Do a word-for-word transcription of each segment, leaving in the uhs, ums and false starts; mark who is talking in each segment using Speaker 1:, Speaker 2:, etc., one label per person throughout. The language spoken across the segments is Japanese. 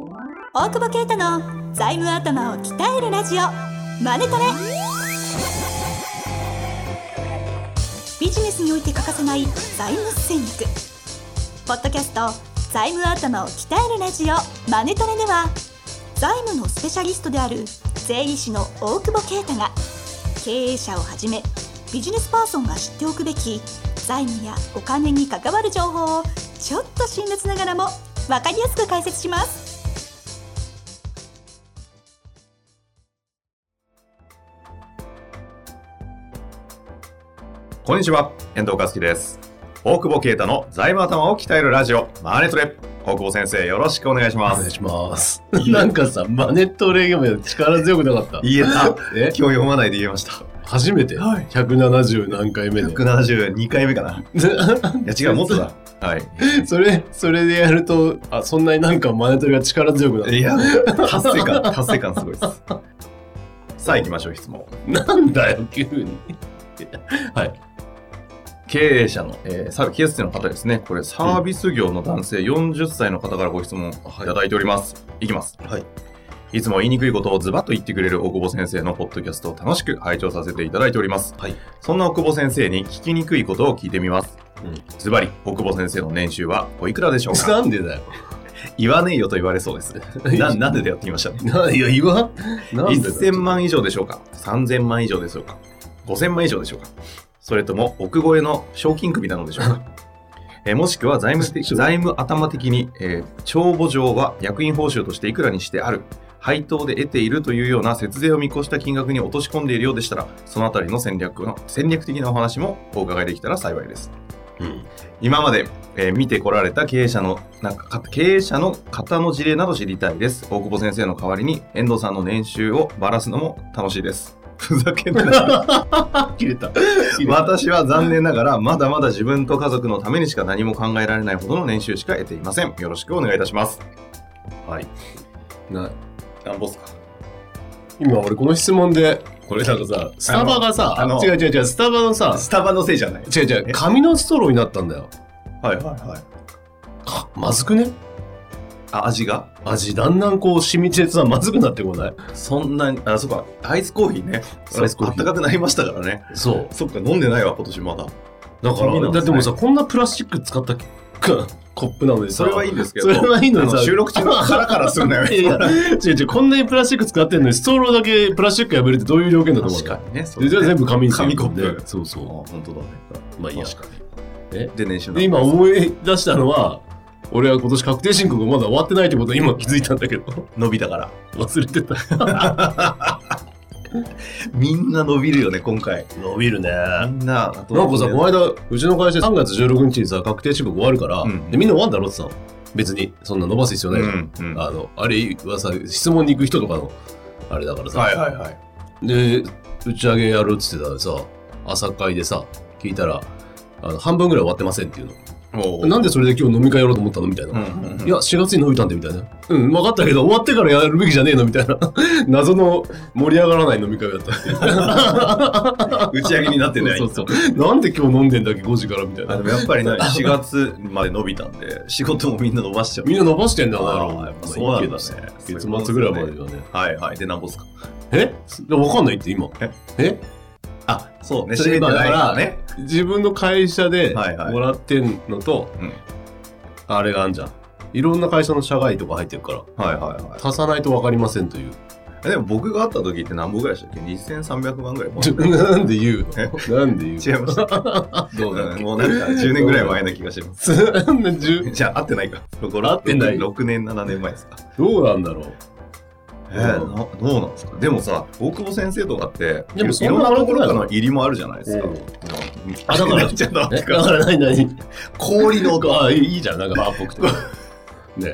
Speaker 1: 大久保啓太の財務頭を鍛えるラジオマネトレ。ビジネスにおいて欠かせない財務戦略。ポッドキャスト財務頭を鍛えるラジオマネトレでは、財務のスペシャリストである税理士の大久保啓太が、経営者をはじめビジネスパーソンが知っておくべき財務やお金に関わる情報をちょっと辛辣ながらも分かりやすく解説します。
Speaker 2: こんにちは、遠藤和樹です。大久保啓太の財務頭を鍛えるラジオマネトレ。大久保先生、よろしくお願いします。
Speaker 3: お願いします。なんかさ、マネトレが力強くなかった。
Speaker 2: 言えた。え今日読まないで言えました。
Speaker 3: 初めて、はい、ひゃくななじゅう何回目で。
Speaker 2: ひゃくななじゅうにかいめかな。いや違う、もっとだ。はい。
Speaker 3: それ、それでやると、あ、そんなになんかマネトレが力強くなった。
Speaker 2: いや、達成感、達成感すごいです。さあ行きましょう、質問。
Speaker 3: なんだよ、急に。はい。
Speaker 2: 経営者の、えー、サービスの方ですね。これサービス業の男性よんじゅっさいの方からご質問いただいております。はい、いきます。はい。いつも言いにくいことをズバッと言ってくれる大久保先生のポッドキャストを楽しく拝聴させていただいております。はい。そんな大久保先生に聞きにくいことを聞いてみます。うん。ズバリ、大久保先生の年収はおいくらでしょうか？
Speaker 3: なんでだよ。
Speaker 2: 言わねえよと言われそうです。な, なんでだよって言いましたね。
Speaker 3: ないや、言わ
Speaker 2: ん。いっせんまん以上でしょうか？さんぜんまん以上でしょうか？ごせんまん以上でしょうか？それとも億超えの賞金首なのでしょうか？えー、もしくは財務的財務頭的に、えー、帳簿上は役員報酬としていくらにしてある、配当で得ているというような節税を見越した金額に落とし込んでいるようでしたら、そのあたりの戦略の戦略的なお話もお伺いできたら幸いです。うん、今まで、えー、見てこられた経営者のなんか経営者の方の事例など知りたいです。大久保先生の代わりに遠藤さんの年収をばらすのも楽しいです。ふざけんな切れた私は残念ながらまだまだ自分と家族のためにしか何も考えられないほどの年収しか得ていません。よろしくお願いいたします。はい。な、なんぼっすか？
Speaker 3: 今俺この質問でこれなんかさ、スタバがさ、あの違う違う違う、スタバのさ、
Speaker 2: スタバのせいじゃない。
Speaker 3: 違う違う、紙のストローになったんだよ。
Speaker 2: はいはいはい。
Speaker 3: かまずくね？
Speaker 2: あ、味が
Speaker 3: 味だんだんこう染みてさ、まずくなってこない？
Speaker 2: そんなに、あ、そっか、アイスコーヒーね。アイスコーヒーあったかくなりましたからね。
Speaker 3: そう。
Speaker 2: そっか、飲んでないわ今年まだ。
Speaker 3: だから、ね、だってもうさ、こんなプラスチック使ったコップなのにさ、
Speaker 2: それはいいんですけど、
Speaker 3: それはいいのにさ、
Speaker 2: 収録中のカラカラするんだよ。
Speaker 3: いや違う違う、こんなにプラスチック使ってんのにストローだけプラスチック破れてどういう条件だと思うの？
Speaker 2: 確かにね。
Speaker 3: それじゃ全部紙に
Speaker 2: 紙コップ。
Speaker 3: そうそう。あ、
Speaker 2: 本当だね。
Speaker 3: まあいいや。
Speaker 2: 確かに。
Speaker 3: え
Speaker 2: で年収
Speaker 3: で今思い出したのは、俺は今年確定申告まだ終わってないってことに今気づいたんだけど、
Speaker 2: 伸びたから
Speaker 3: 忘れてた。
Speaker 2: みんな伸びるよね今回。
Speaker 3: 伸びるね。
Speaker 2: みんな。
Speaker 3: なんかさ、この間うちの会社さんがつじゅうろくにちにさ確定申告終わるから、うん、でみんな終わんだろってさ、別にそんな伸ばす必要ないじゃん、うんうん、あのあれはさ、質問に行く人とかのあれだからさ、
Speaker 2: はいはいはい、
Speaker 3: で打ち上げやるっつってたらさ、朝会でさ聞いたら、あの半分ぐらい終わってませんっていうの。なんでそれで今日飲み会やろうと思ったのみたいな、うんうんうん、いやしがつに伸びたんでみたいな、うん分かったけど終わってからやるべきじゃねえのみたいな謎の盛り上がらない飲み会だった
Speaker 2: 打ち上げになってない。
Speaker 3: そうそうそう、なんで今日飲んでんだっけごじからみたいな。
Speaker 2: でもやっぱりねしがつまで伸びたんで仕事もみんな伸ばしちゃう。
Speaker 3: みんな伸ばしてんだな。
Speaker 2: やっぱそうなんだね。
Speaker 3: 月末ぐらいまではね。
Speaker 2: はいはい。で何ぼっすか？
Speaker 3: え分かんないって今ええ
Speaker 2: あ、そうね。
Speaker 3: それ今だからね、自分の会社でもらってんのと、はいはい、あれがあんじゃん。いろんな会社の社外とか入ってるから、
Speaker 2: はいはいはい、
Speaker 3: 足さないと分かりませんという。
Speaker 2: でも僕が会った時って何本ぐらいしたっけ？にせんさんびゃくまんぐらいも
Speaker 3: なんで言うの？なんで言うの？
Speaker 2: 違いました。どうだもうなんかじゅうねんぐらい前な気がします。じゃあ会ってないか。
Speaker 3: 会ってない。
Speaker 2: ろくねんななねんまえですか。
Speaker 3: どうなんだろう。
Speaker 2: えー、などうなんですか。でもさ、大久保先生とかってでもいろんなところからの入りもあるじゃないですか。
Speaker 3: あ、だからちょっとだから何何
Speaker 2: 氷の音。
Speaker 3: あ、いいじゃん、なんかバーっぽくてね。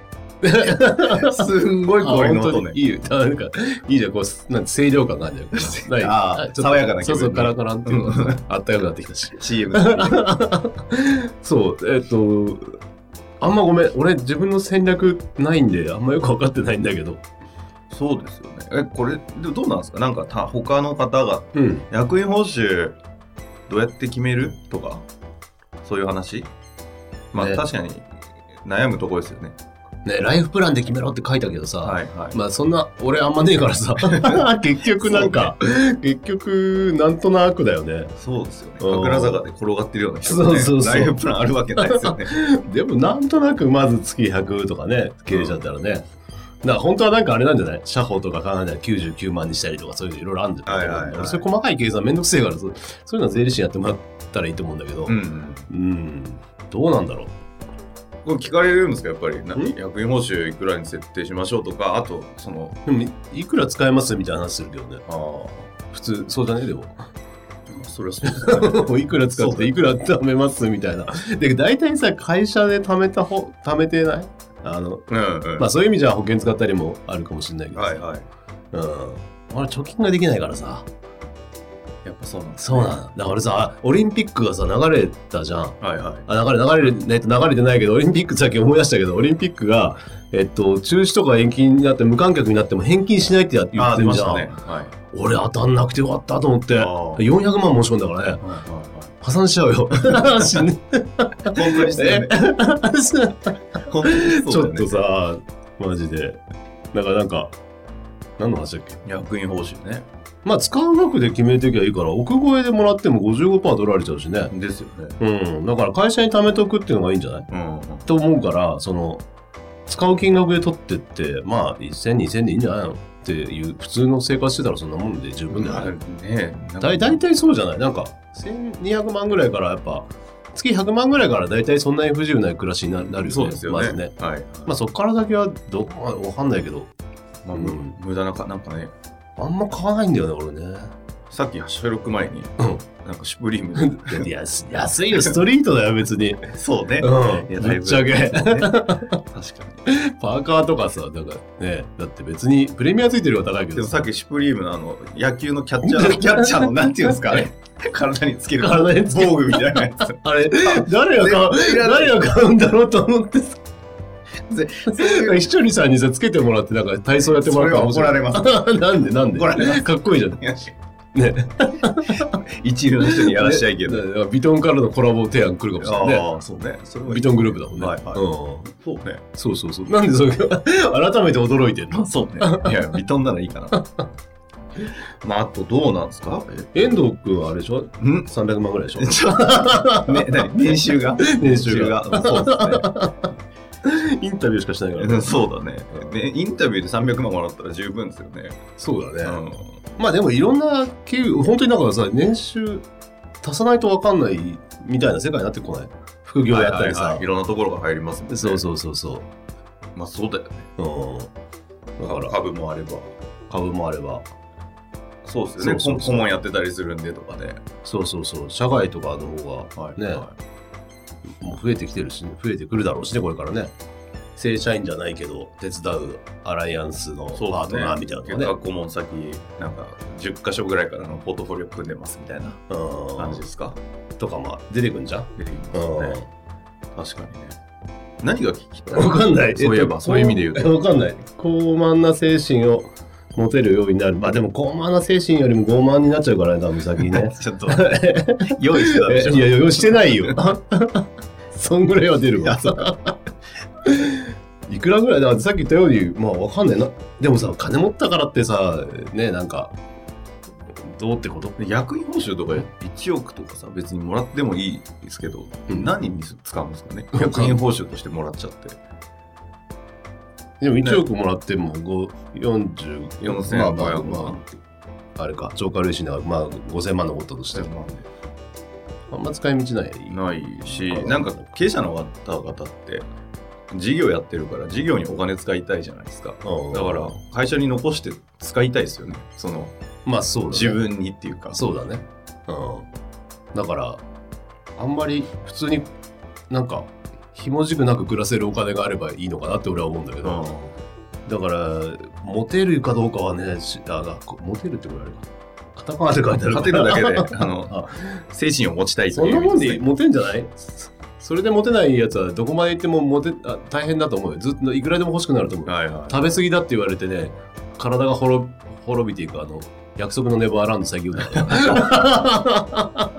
Speaker 2: すんごい氷の音ね。
Speaker 3: いいよ、なんかいいじゃん、こうなんか清涼感があるじゃん。
Speaker 2: あ、爽やかな気分。
Speaker 3: そうそう、カラカラっていうのがあったかくなってきたし。
Speaker 2: シーエム
Speaker 3: そう、えっとあんまごめん、俺自分の戦略ないんであんまよく分かってないんだけど。
Speaker 2: そうですよね。え、これでどうなんですか？なんかた他の方が、うん、役員報酬どうやって決めるとかそういう話。まあ、ね、確かに悩むところですよね。
Speaker 3: ね、ライフプランで決めろって書いたけどさ、
Speaker 2: はいはい、
Speaker 3: まあそんな俺あんまねえからさ結局なんか、ね、結局なんとなくだよね。
Speaker 2: そうですよね。神楽坂で転がってるような人
Speaker 3: が、ね、そうそうそう、
Speaker 2: ライフプランあるわけないですよね
Speaker 3: でもなんとなくまず月ひゃくとかね経営者だったらね、うん、だから本当はなんかあれなんじゃない、社保とか考えたらきゅうじゅうきゅうまんにしたりとかそういうのいろいろあるんだけど、はいはいはい、そういう細かい計算めんどくせえからそういうのは税理士やってもらったらいいと思うんだけど、うん、うん、どうなんだろう。
Speaker 2: これ聞かれるんですか、やっぱり役員報酬いくらに設定しましょうとか、あとその
Speaker 3: でもいくら使えますみたいな話するけどね。あ普通そうじゃねえでも
Speaker 2: それはそうですね
Speaker 3: いくら使っていくら貯めますみたいなで大体さ会社で貯めたほ貯めてないあの、うんうん、まあそういう意味じゃ保険使ったりもあるかもしれないけどさ、はいはい、うん、俺貯金ができないからさ。
Speaker 2: やっぱそうなんです
Speaker 3: ね。そうなんだ。だからさ、オリンピックがさ流れたじゃん。
Speaker 2: はいはい。
Speaker 3: あ流れ流れないと流れてないけど、オリンピックさっき思い出したけど、オリンピックがえっと中止とか延期になって無観客になっても返金しないって言ってるじゃん。ね、はい。俺当たんなくてよかったと思って、よんひゃくまん申し込んだからね。はいはいはい。破産しちゃうよ。
Speaker 2: 本当にしてね。
Speaker 3: 本当にね。ちょっとさ、マジで。だからなんか何の話だっけ？
Speaker 2: 役員報酬ね。
Speaker 3: まあ使う額で決めていけばいいから奥越えでもらっても ごじゅうごパーセント 取られちゃうしね。
Speaker 2: ですよね。
Speaker 3: うん。だから会社に貯めとくっていうのがいいんじゃない、うん、と思うからその使う金額で取ってってまあせんにせんでいいんじゃないのっていう普通の生活してたらそんなもんで十分だよね。ねだ大体そうじゃないなんかせんにひゃくまんぐらいからやっぱ月ひゃくまんぐらいから大体そんなに不自由な暮らしになるよね。
Speaker 2: そうですよね。
Speaker 3: まずね。
Speaker 2: はい。
Speaker 3: まあそっから先はどわかんないけど、
Speaker 2: まあ、うん、無駄なかなんかね
Speaker 3: あんま買わないんだよね俺ね。
Speaker 2: さっき収録前に、うん、なんかシュプリーム
Speaker 3: いや安いよストリートだよ別に
Speaker 2: そうね、
Speaker 3: うん、いやぶっちゃけ、ね、確かにパーカーとかさだからねだって別にプレミアついてる方が高いけど
Speaker 2: でもさっきシュプリームのあの野球のキャッチャーのキャッチャーのなんていうんですかね体につける
Speaker 3: 体につける
Speaker 2: 防具みたいなやつ
Speaker 3: あれ誰が買う誰が買うんだろうと思ってさひとりさんにさつけてもらってなんか体操やってもらったら
Speaker 2: 怒られます
Speaker 3: なんでなんで
Speaker 2: 怒られます
Speaker 3: かっこいいじゃんね、
Speaker 2: 一流の人にやらしちゃいけど、
Speaker 3: ね、ビトンからのコラボ提案来るかもしれないね。
Speaker 2: ああそうねそれは
Speaker 3: ビトングループだもんね、
Speaker 2: はいはい、うん、そうね
Speaker 3: そうそうそうなんでそれ改めて驚いてんの
Speaker 2: そうねいやビトンならいいかなまああとどうなんですか
Speaker 3: 遠藤君はあれでしょんさんびゃくまんぐらいでしょ
Speaker 2: ね何年収が
Speaker 3: 年収が
Speaker 2: そうですね
Speaker 3: インタビューしかしないからね。
Speaker 2: そうだね。ねインタビューでさんびゃくまんもらったら十分ですよね。
Speaker 3: そうだね。うん、まあでもいろんな経由、本当にだからさ、年収足さないと分かんないみたいな世界になってこない。副業やったりさ、はいはいはい、
Speaker 2: いろんなところが入りますもんね。
Speaker 3: そうそうそうそう。
Speaker 2: まあそうだよね。
Speaker 3: うん。だから
Speaker 2: 株もあれば。
Speaker 3: 株もあれば。
Speaker 2: そうですよね。顧問やってたりするんでとかで。
Speaker 3: そうそうそう。社外とかの方がね。はいはいもう増えてきてるし、ね、増えてくるだろうしねこれからね正社員じゃないけど手伝うアライアンスのパートナーみたいなのね
Speaker 2: 学校も先なんかじゅっかしょぐらいからのポートフォリオ組んでますみたいな感じですか
Speaker 3: とかまあ出てくんじゃん
Speaker 2: 出てきますよね確かにね何が聞きたい
Speaker 3: わかんない
Speaker 2: そういえば、えっと、そういう意味で言うと
Speaker 3: わかんない高慢な精神を持てるようになるまあでも高慢な精神よりも傲慢になっちゃうからね多分先にね
Speaker 2: ちょっと用意してたでしょ
Speaker 3: いや用意してないよそんぐらいは出るわいくらぐらいだってさっき言ったようにまあわかんないなでもさ金持ったからってさねなんかどうってこと
Speaker 2: 役員報酬とかいちおくとかさ別にもらってもいいですけど、うん、何に使うんですかね役員報酬としてもらっちゃって
Speaker 3: でもいちおくもらってもよんじゅう
Speaker 2: よんせんまん、まあまあ
Speaker 3: まあ、あれか超過累進がまあごせんまんのこととしてもあんま使い道ない
Speaker 2: ないしなんか経営者の方々って事業やってるから事業にお金使いたいじゃないですかだから会社に残して使いたいですよねその
Speaker 3: まあそうだね
Speaker 2: 自分にっていうか
Speaker 3: そうだねうんだからあんまり普通になんかひもじくなく暮らせるお金があればいいのかなって俺は思うんだけど、うん、だからモテるかどうかはねあモテるってこれあれかカタカナで書いてある
Speaker 2: 勝てるだけであの精神を持ちたいという
Speaker 3: そんなもんでモテんじゃないそれでモテないやつはどこまで行ってもモテあ大変だと思うよずっといくらでも欲しくなると思う、はいはい、食べ過ぎだって言われてね体が滅、滅びていくあの約束のネバーランド最強だ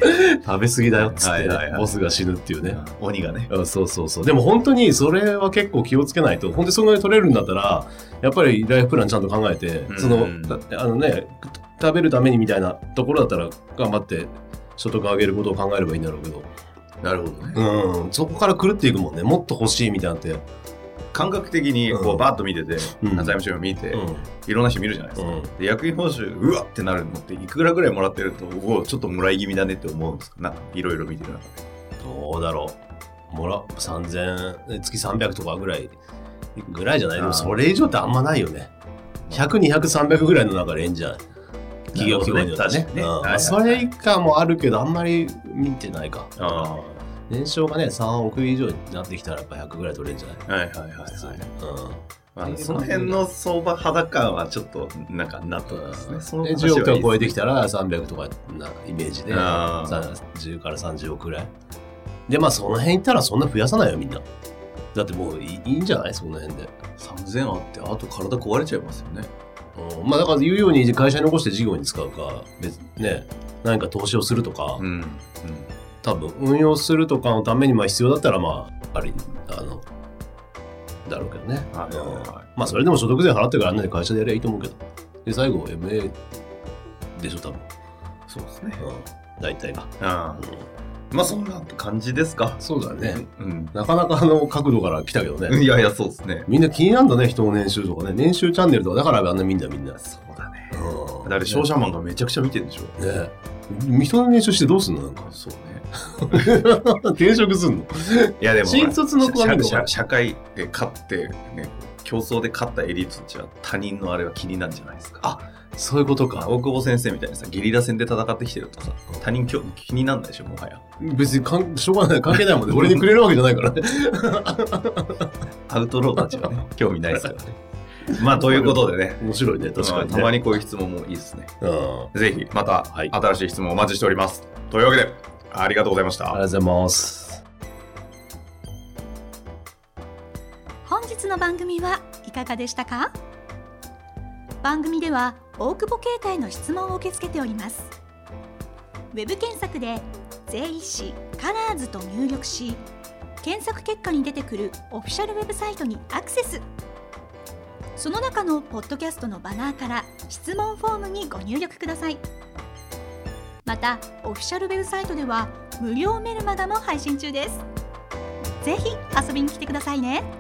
Speaker 3: 食べ過ぎだよっつって、
Speaker 2: はいはいはい、
Speaker 3: ボスが死ぬっていうね、
Speaker 2: うん、鬼がね。
Speaker 3: そうそうそう。でも本当にそれは結構気をつけないと、本当にそんなに取れるんだったらやっぱりライフプランちゃんと考えて、うん、そのあのね食べるためにみたいなところだったら頑張って所得上げることを考えればいいんだろうけど。
Speaker 2: なるほどね。
Speaker 3: うん、そこから狂っていくもんね。もっと欲しいみたいなって。
Speaker 2: 感覚的にこうバーッと見てて、うん、財務省を見て、うん、いろんな人見るじゃないですか、うん、で役員報酬うわってなるのっていくらぐらいもらってるとおちょっともらい気味だねって思うんですか。なんかいろいろ見てる中で
Speaker 3: どうだろう、もらさんぜん月さんびゃくとかぐらいぐらいじゃない。でもそれ以上ってあんまないよね。ひゃく、にひゃく、さんびゃくぐらいの中でいいんじゃない。企業規模によってね、ね、うんはいはいはい、それ以下もあるけどあんまり見てないか。あ年商がねさんおく以上になってきたらやっぱひゃくぐらい取れるんじゃない。はいはいはい、はいうん
Speaker 2: まあ、その辺の相場肌感はちょっとなんか納得ですね。うん、その
Speaker 3: じゅうおくを超えてきたらさんびゃくとかなイメージでじゅうからさんじゅうおくぐらいで、まあその辺いったらそんな増やさないよみんな。だってもういいんじゃないその辺で。
Speaker 2: さんぜんあってあと体壊れちゃいますよね。
Speaker 3: うん、まあだから言うように会社に残して事業に使うか別ね何か投資をするとか、うんうん、多分運用するとかのためにまあ必要だったらまあありあのだろうけどね、はいはいはい、まあそれでも所得税払ってからあんなに会社でやればいいと思うけどで最後 エムエー でしょ多分。
Speaker 2: そうですね、
Speaker 3: うん、大体が、
Speaker 2: うん、まあそんな感じですか。
Speaker 3: そうだね、うん、なかなかあの角度から来たけどね。
Speaker 2: いやいやそうですね。
Speaker 3: みんな気になるんだね人の年収とかね。年収チャンネルとかだからあんなみんなみんな。
Speaker 2: そうだね、うん、だって商社マンがめちゃくちゃ見てるんでしょね。
Speaker 3: 人の年収してどうすんのなんか。
Speaker 2: そうね
Speaker 3: 転職すんの。
Speaker 2: いやでも
Speaker 3: 新卒の子は見るの
Speaker 2: か社会で勝ってね競争で勝ったエリートたちは他人のあれは気になるんじゃないですか。
Speaker 3: あそういうことか。
Speaker 2: 大久保先生みたいなさゲリラ戦で戦ってきてるとさ他人気にならないでしょもはや。
Speaker 3: 別にかんしょうがない関係ないもんね。俺にくれるわけじゃないからね
Speaker 2: アウトローたちはね興味ないですからねまあということでね
Speaker 3: 面白いね確かにね、
Speaker 2: たまにこういう質問もいいですね。
Speaker 3: うん
Speaker 2: ぜひまた新しい質問お待ちしております、はい、というわけでありがとうございました。
Speaker 3: ありがとうございます。
Speaker 1: 本日の番組はいかがでしたか。番組では大久保携帯の質問を受け付けております。ウェブ検索で税理士カラーズと入力し検索結果に出てくるオフィシャルウェブサイトにアクセス。その中のポッドキャストのバナーから質問フォームにご入力ください。またオフィシャルウェブサイトでは無料メルマガも配信中です。ぜひ遊びに来てくださいね。